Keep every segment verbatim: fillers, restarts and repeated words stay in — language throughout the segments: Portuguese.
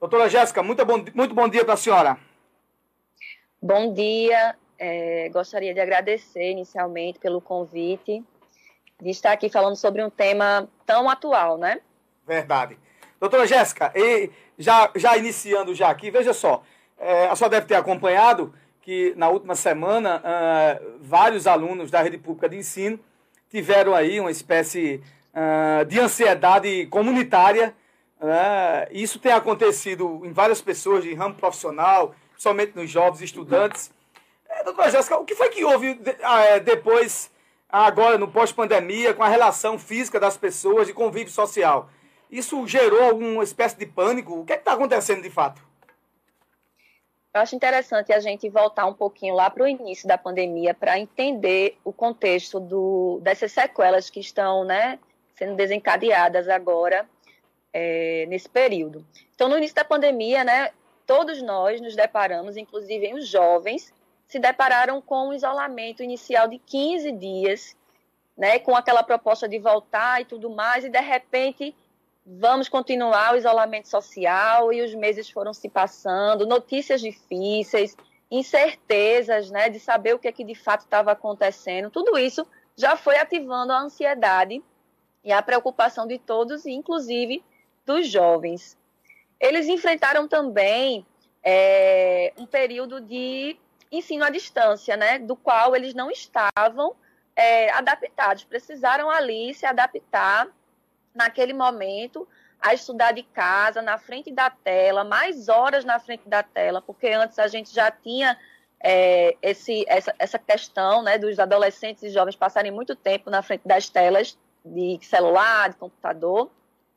Doutora Jéssica, muito bom, muito bom dia para a senhora. Bom dia, é, gostaria de agradecer inicialmente pelo convite, de estar aqui falando sobre um tema tão atual, né? Verdade. Doutora Jéssica, e já, já iniciando já aqui, veja só, é, a senhora deve ter acompanhado que na última semana uh, vários alunos da rede pública de ensino tiveram aí uma espécie uh, de ansiedade comunitária. Uh, isso tem acontecido em várias pessoas de ramo profissional, principalmente nos jovens estudantes. É, doutora Jéssica, o que foi que houve de, uh, depois, agora no pós-pandemia, com a relação física das pessoas, de convívio social? Isso gerou alguma espécie de pânico? O que é que está acontecendo de fato? Eu acho interessante a gente voltar um pouquinho lá para o início da pandemia para entender o contexto do, dessas sequelas que estão, né, sendo desencadeadas agora, é, nesse período. Então, no início da pandemia, né, todos nós nos deparamos, inclusive os jovens, se depararam com um isolamento inicial de quinze dias, né, com aquela proposta de voltar e tudo mais, e de repente vamos continuar o isolamento social, e os meses foram se passando, notícias difíceis, incertezas, né, de saber o que, é que de fato estava acontecendo. Tudo isso já foi ativando a ansiedade e a preocupação de todos, inclusive dos jovens. Eles enfrentaram também é, um período de ensino à distância, né, do qual eles não estavam é, adaptados, precisaram ali se adaptar naquele momento, a estudar de casa, na frente da tela, mais horas na frente da tela, porque antes a gente já tinha é, esse, essa, essa questão, né, dos adolescentes e jovens passarem muito tempo na frente das telas de celular, de computador.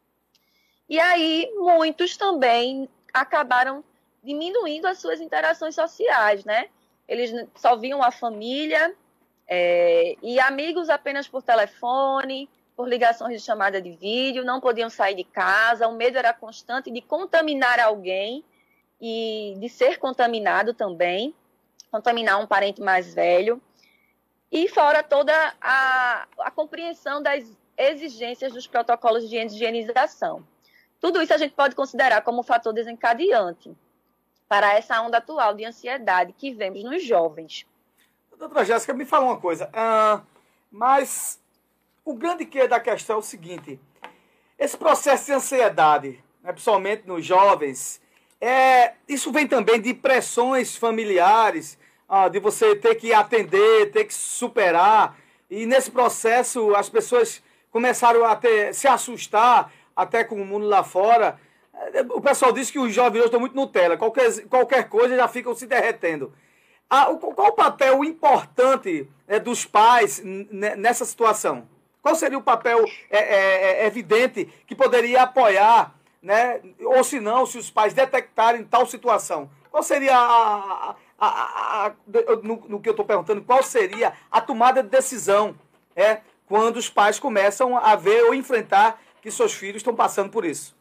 E aí, muitos também acabaram diminuindo as suas interações sociais, né? Eles só viam a família é, e amigos apenas por telefone, por ligações de chamada de vídeo, não podiam sair de casa, o medo era constante de contaminar alguém e de ser contaminado também, contaminar um parente mais velho, e fora toda a, a compreensão das exigências dos protocolos de higienização. Tudo isso a gente pode considerar como um fator desencadeante para essa onda atual de ansiedade que vemos nos jovens. Doutora Jéssica, me fala uma coisa, uh, mas o grande quê da questão é o seguinte: esse processo de ansiedade, né, principalmente nos jovens, é, isso vem também de pressões familiares, ah, de você ter que atender, ter que superar, e nesse processo as pessoas começaram a ter, se assustar até com o mundo lá fora. O pessoal diz que os jovens hoje estão muito Nutella, qualquer, qualquer coisa já ficam se derretendo. Ah, qual o papel importante, né, dos pais nessa situação? Qual seria o papel é, é, evidente que poderia apoiar, né? Ou se não, se os pais detectarem tal situação? Qual seria, a, a, a, a, no, no que eu estou perguntando, qual seria a tomada de decisão, é, quando os pais começam a ver ou enfrentar que seus filhos estão passando por isso?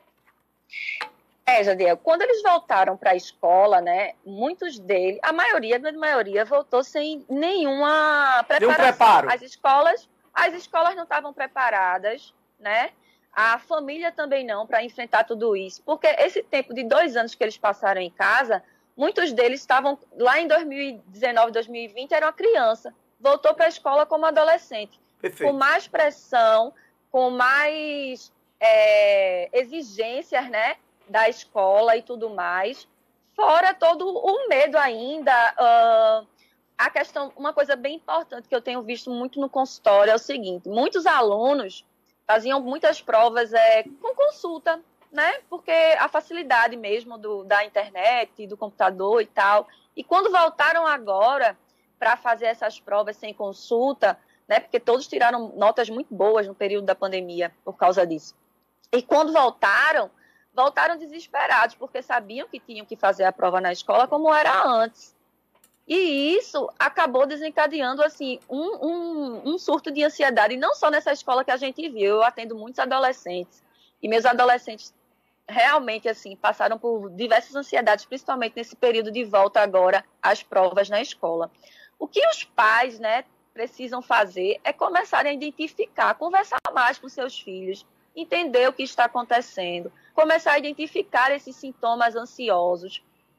É, Jadiel, quando eles voltaram para a escola, né, muitos deles, a maioria, a grande maioria, voltou sem nenhuma preparação. Nenhum preparo. As escolas... As escolas não estavam preparadas, né? A família também não, para enfrentar tudo isso. Porque esse tempo de dois anos que eles passaram em casa, muitos deles estavam lá em dois mil e dezenove, dois mil e vinte, era uma criança. Voltou para a escola como adolescente. Perfeito. Com mais pressão, com mais é, exigências, né, da escola e tudo mais. Fora todo o medo ainda... Uh, A questão, uma coisa bem importante que eu tenho visto muito no consultório é o seguinte: muitos alunos faziam muitas provas é, com consulta, né? Porque a facilidade mesmo do, da internet, do computador e tal. E quando voltaram agora para fazer essas provas sem consulta, né? Porque todos tiraram notas muito boas no período da pandemia por causa disso. E quando voltaram, voltaram desesperados, porque sabiam que tinham que fazer a prova na escola como era antes. E isso acabou desencadeando assim, um, um, um surto de ansiedade, e não só nessa escola que a gente viu. Eu atendo muitos adolescentes, e meus adolescentes realmente assim, passaram por diversas ansiedades, principalmente nesse período de volta agora às provas na escola. O que os pais, né, precisam fazer é começarem a identificar, conversar mais com seus filhos, entender o que está acontecendo, começar a identificar esses sintomas ansiosos.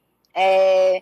É,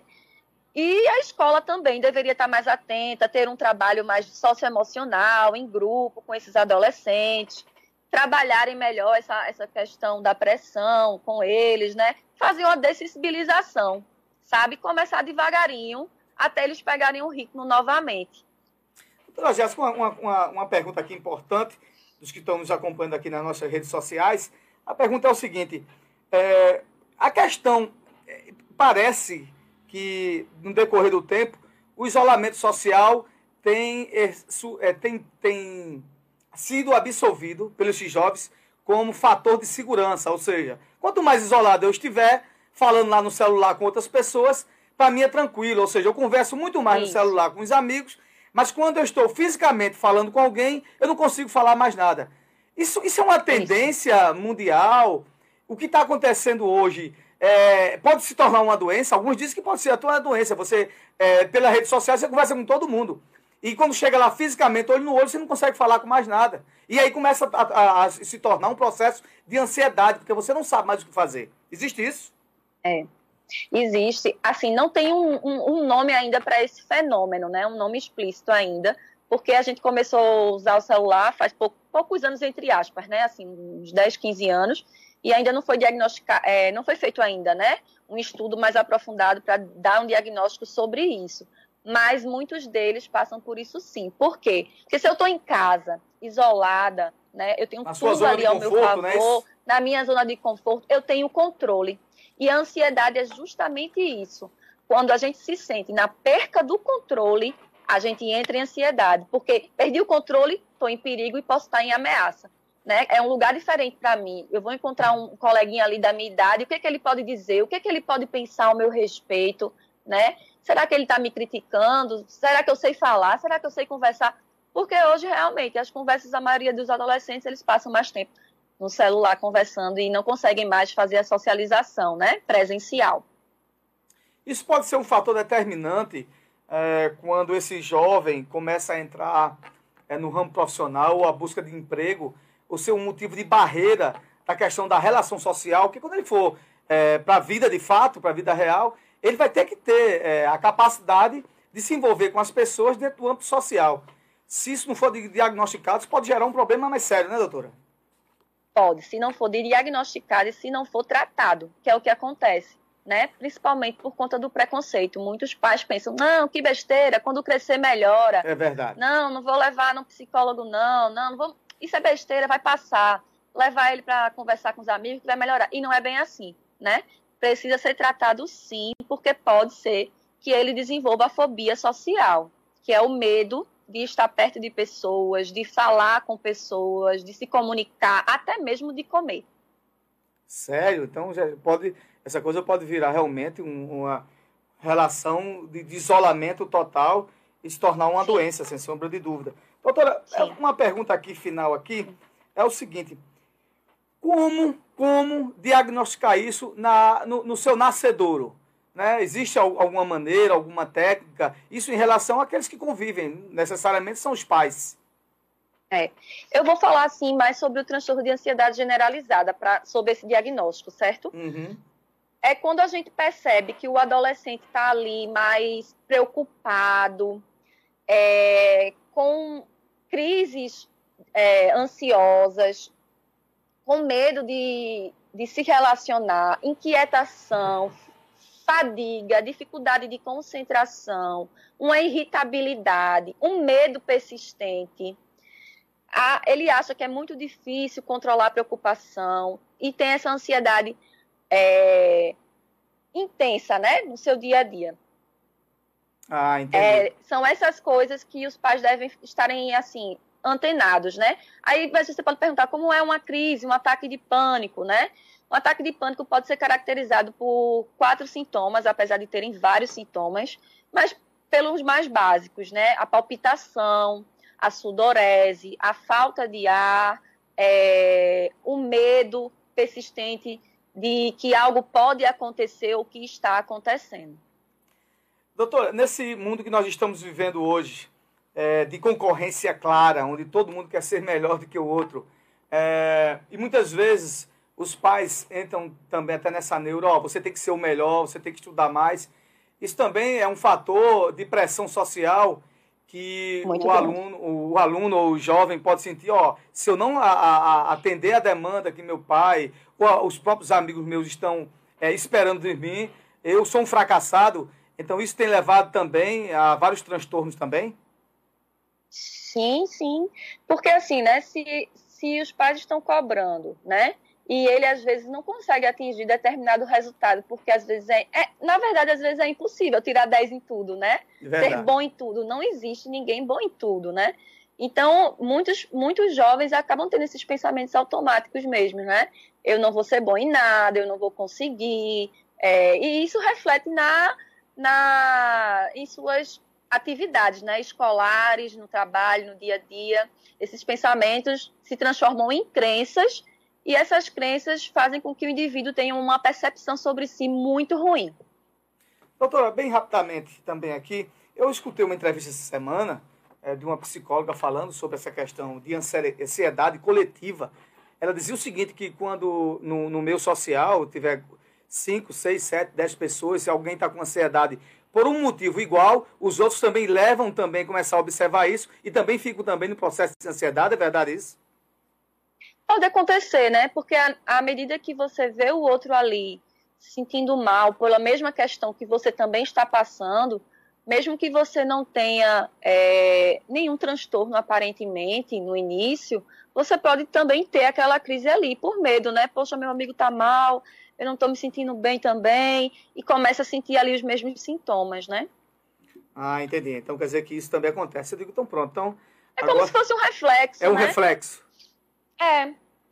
e a escola também deveria estar mais atenta, ter um trabalho mais socioemocional, em grupo, com esses adolescentes, trabalharem melhor essa, essa questão da pressão com eles, né? Fazer uma dessensibilização, sabe? Começar devagarinho, até eles pegarem o ritmo novamente. Doutora Jéssica, uma, uma, uma pergunta aqui importante, dos que estão nos acompanhando aqui nas nossas redes sociais. A pergunta é o seguinte, é, a questão, é, parece que, no decorrer do tempo, o isolamento social tem, é, tem, tem sido absolvido pelos jovens como fator de segurança, ou seja, quanto mais isolado eu estiver, falando lá no celular com outras pessoas, para mim é tranquilo, ou seja, eu converso muito mais Isso. no celular com os amigos, mas quando eu estou fisicamente falando com alguém, eu não consigo falar mais nada. Isso, isso é uma tendência Isso. mundial. O que está acontecendo hoje é, pode se tornar uma doença. Alguns dizem que pode ser até uma doença. Você, é, pela rede social, você conversa com todo mundo. E quando chega lá fisicamente, olho no olho, você não consegue falar com mais nada. E aí começa a, a, a se tornar um processo de ansiedade, porque você não sabe mais o que fazer. Existe isso? É. Existe, assim, não tem um, um, um nome ainda para esse fenômeno, né? Um nome explícito ainda, porque a gente começou a usar o celular faz pouco, poucos anos, entre aspas, né? Assim, uns dez, quinze anos, e ainda não foi diagnosticado, é, não foi feito ainda, né? Um estudo mais aprofundado para dar um diagnóstico sobre isso. Mas muitos deles passam por isso sim. Por quê? Porque se eu estou em casa, isolada, né? Eu tenho tudo ali ao meu favor, né? Na minha zona de conforto, eu tenho controle. E a ansiedade é justamente isso. Quando a gente se sente na perca do controle, a gente entra em ansiedade. Porque perdi o controle, estou em perigo e posso estar em ameaça. Né? É um lugar diferente para mim. Eu vou encontrar um coleguinha ali da minha idade, o que, é que ele pode dizer, o que, é que ele pode pensar ao meu respeito, né? Será que ele está me criticando? Será que eu sei falar? Será que eu sei conversar? Porque hoje, realmente, as conversas, a maioria dos adolescentes, eles passam mais tempo no celular conversando e não conseguem mais fazer a socialização, né, presencial. Isso pode ser um fator determinante é, quando esse jovem começa a entrar é, no ramo profissional ou a busca de emprego, ou ser um motivo de barreira da questão da relação social, que quando ele for é, para a vida de fato, para a vida real, ele vai ter que ter é, a capacidade de se envolver com as pessoas dentro do âmbito social. Se isso não for diagnosticado, isso pode gerar um problema mais sério, né, doutora? Pode, se não for diagnosticado e se não for tratado, que é o que acontece, né? Principalmente por conta do preconceito. Muitos pais pensam, não, que besteira, quando crescer melhora. É verdade. Não, não vou levar no psicólogo, não, não, não vou... isso é besteira, vai passar. Levar ele para conversar com os amigos que vai melhorar. E não é bem assim, né? Precisa ser tratado sim, porque pode ser que ele desenvolva a fobia social, que é o medo de estar perto de pessoas, de falar com pessoas, de se comunicar, até mesmo de comer. Sério? Então já pode, essa coisa pode virar realmente um, uma relação de, de isolamento total e se tornar uma Sim. doença, sem sombra de dúvida. Doutora, Sim. uma pergunta aqui final aqui é o seguinte: como, como diagnosticar isso na, no, no seu nascedouro? Né? Existe alguma maneira, alguma técnica? Isso em relação àqueles que convivem, necessariamente são os pais. É. Eu vou falar assim mais sobre o transtorno de ansiedade generalizada, pra, sobre esse diagnóstico, certo? Uhum. É quando a gente percebe que o adolescente está ali mais preocupado, é, com crises é, ansiosas, com medo de, de se relacionar, inquietação, fadiga, dificuldade de concentração, uma irritabilidade, um medo persistente. Ah, ele acha que é muito difícil controlar a preocupação e tem essa ansiedade é, intensa, né, no seu dia a dia. Ah, entendi. É, são essas coisas que os pais devem estarem, assim, antenados, né? Aí você pode perguntar como é uma crise, um ataque de pânico, né? Um ataque de pânico pode ser caracterizado por quatro sintomas, apesar de terem vários sintomas, mas pelos mais básicos, né? A palpitação, a sudorese, a falta de ar, é, o medo persistente de que algo pode acontecer ou que está acontecendo. Doutora, nesse mundo que nós estamos vivendo hoje, é, de concorrência clara, onde todo mundo quer ser melhor do que o outro, é, e muitas vezes os pais entram também até nessa neuro, ó, você tem que ser o melhor, você tem que estudar mais. Isso também é um fator de pressão social que o aluno, o aluno ou o jovem pode sentir, ó, se eu não a, a, atender a demanda que meu pai ou os próprios amigos meus estão é, esperando de mim, eu sou um fracassado. Então isso tem levado também a vários transtornos também? Sim, sim. Porque assim, né, se, se os pais estão cobrando, né, e ele às vezes não consegue atingir determinado resultado, porque às vezes é, é na verdade, às vezes é impossível tirar dez em tudo, né? Verdade. Ser bom em tudo. Não existe ninguém bom em tudo, né? Então, muitos, muitos jovens acabam tendo esses pensamentos automáticos mesmo, né? Eu não vou ser bom em nada, eu não vou conseguir. É, e isso reflete na, na, em suas atividades, né? Escolares, no trabalho, no dia a dia. Esses pensamentos se transformam em crenças. E essas crenças fazem com que o indivíduo tenha uma percepção sobre si muito ruim. Doutora, bem rapidamente também aqui, eu escutei uma entrevista essa semana é, de uma psicóloga falando sobre essa questão de ansiedade coletiva. Ela dizia o seguinte, que quando no, no meio social tiver cinco, seis, sete, dez pessoas, se alguém está com ansiedade por um motivo igual, os outros também levam também a começar a observar isso e também ficam também no processo de ansiedade, é verdade isso? Pode acontecer, né? Porque à medida que você vê o outro ali se sentindo mal pela mesma questão que você também está passando, mesmo que você não tenha é, nenhum transtorno aparentemente no início, você pode também ter aquela crise ali por medo, né? Poxa, meu amigo tá mal, eu não estou me sentindo bem também, e começa a sentir ali os mesmos sintomas, né? Ah, entendi. Então quer dizer que isso também acontece. Eu digo, então pronto. Então, é agora... como se fosse um reflexo, É um né? reflexo. É.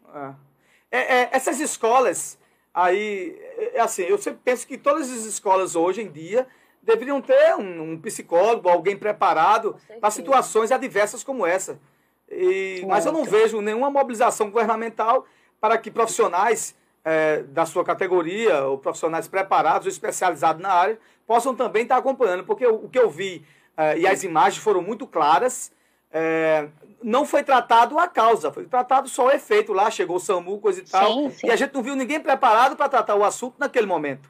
É, é, essas escolas, aí, é assim, eu sempre penso que todas as escolas hoje em dia deveriam ter um, um psicólogo, alguém preparado para situações adversas como essa. E, mas eu não vejo nenhuma mobilização governamental para que profissionais é, da sua categoria, ou profissionais preparados ou especializados na área, possam também estar acompanhando, porque o, o que eu vi, é, e as imagens foram muito claras, é, não foi tratado a causa, foi tratado só o efeito lá, chegou o SAMU, coisa e tal, sim, sim. E a gente não viu ninguém preparado para tratar o assunto naquele momento.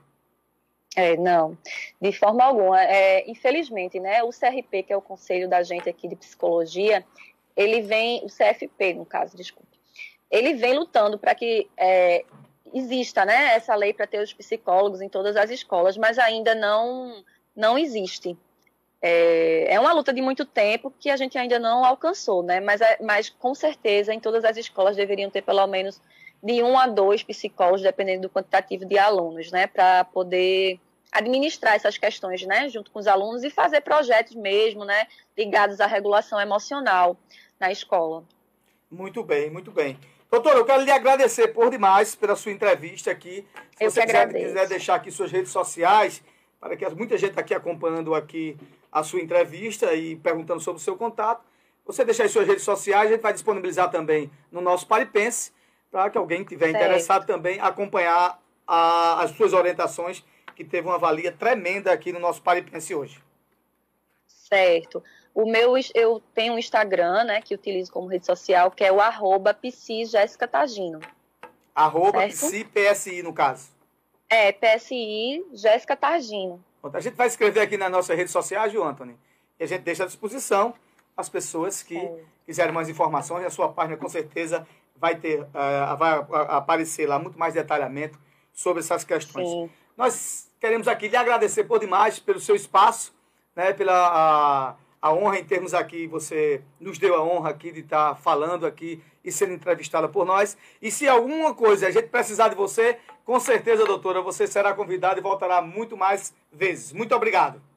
É, não, de forma alguma. É, infelizmente, né, o C R P, que é o conselho da gente aqui de psicologia, ele vem, o C F P, no caso, desculpe, ele vem lutando para que é, exista, né, essa lei para ter os psicólogos em todas as escolas, mas ainda não, não existe. É, é uma luta de muito tempo que a gente ainda não alcançou, né? Mas, mas com certeza em todas as escolas deveriam ter pelo menos de um a dois psicólogos, dependendo do quantitativo de alunos, né? Para poder administrar essas questões, né? Junto com os alunos e fazer projetos mesmo, né? Ligados à regulação emocional na escola. Muito bem, muito bem. Doutora, eu quero lhe agradecer por demais pela sua entrevista aqui. Se eu você que quiser, quiser deixar aqui suas redes sociais, para que muita gente está aqui acompanhando aqui a sua entrevista e perguntando sobre o seu contato. Você deixar as suas redes sociais, a gente vai disponibilizar também no nosso Paripense, para que alguém que estiver interessado também acompanhar a, as suas orientações, que teve uma valia tremenda aqui no nosso Paripense hoje. Certo. O meu, eu tenho um Instagram, né, que utilizo como rede social, que é o arroba psi Jéssica Tagino. Arroba psi, P S I no caso. É, P S I Jéssica Tagino. A gente vai escrever aqui nas nossas redes sociais, viu, Antony? E a gente deixa à disposição as pessoas que é. quiserem mais informações. A sua página, com certeza, vai ter, uh, vai aparecer lá muito mais detalhamento sobre essas questões. Sim. Nós queremos aqui lhe agradecer por demais pelo seu espaço, né, pela a, a honra em termos aqui, você nos deu a honra aqui de estar falando aqui e sendo entrevistada por nós. E se alguma coisa a gente precisar de você, com certeza, doutora, você será convidada e voltará muito mais vezes. Muito obrigado.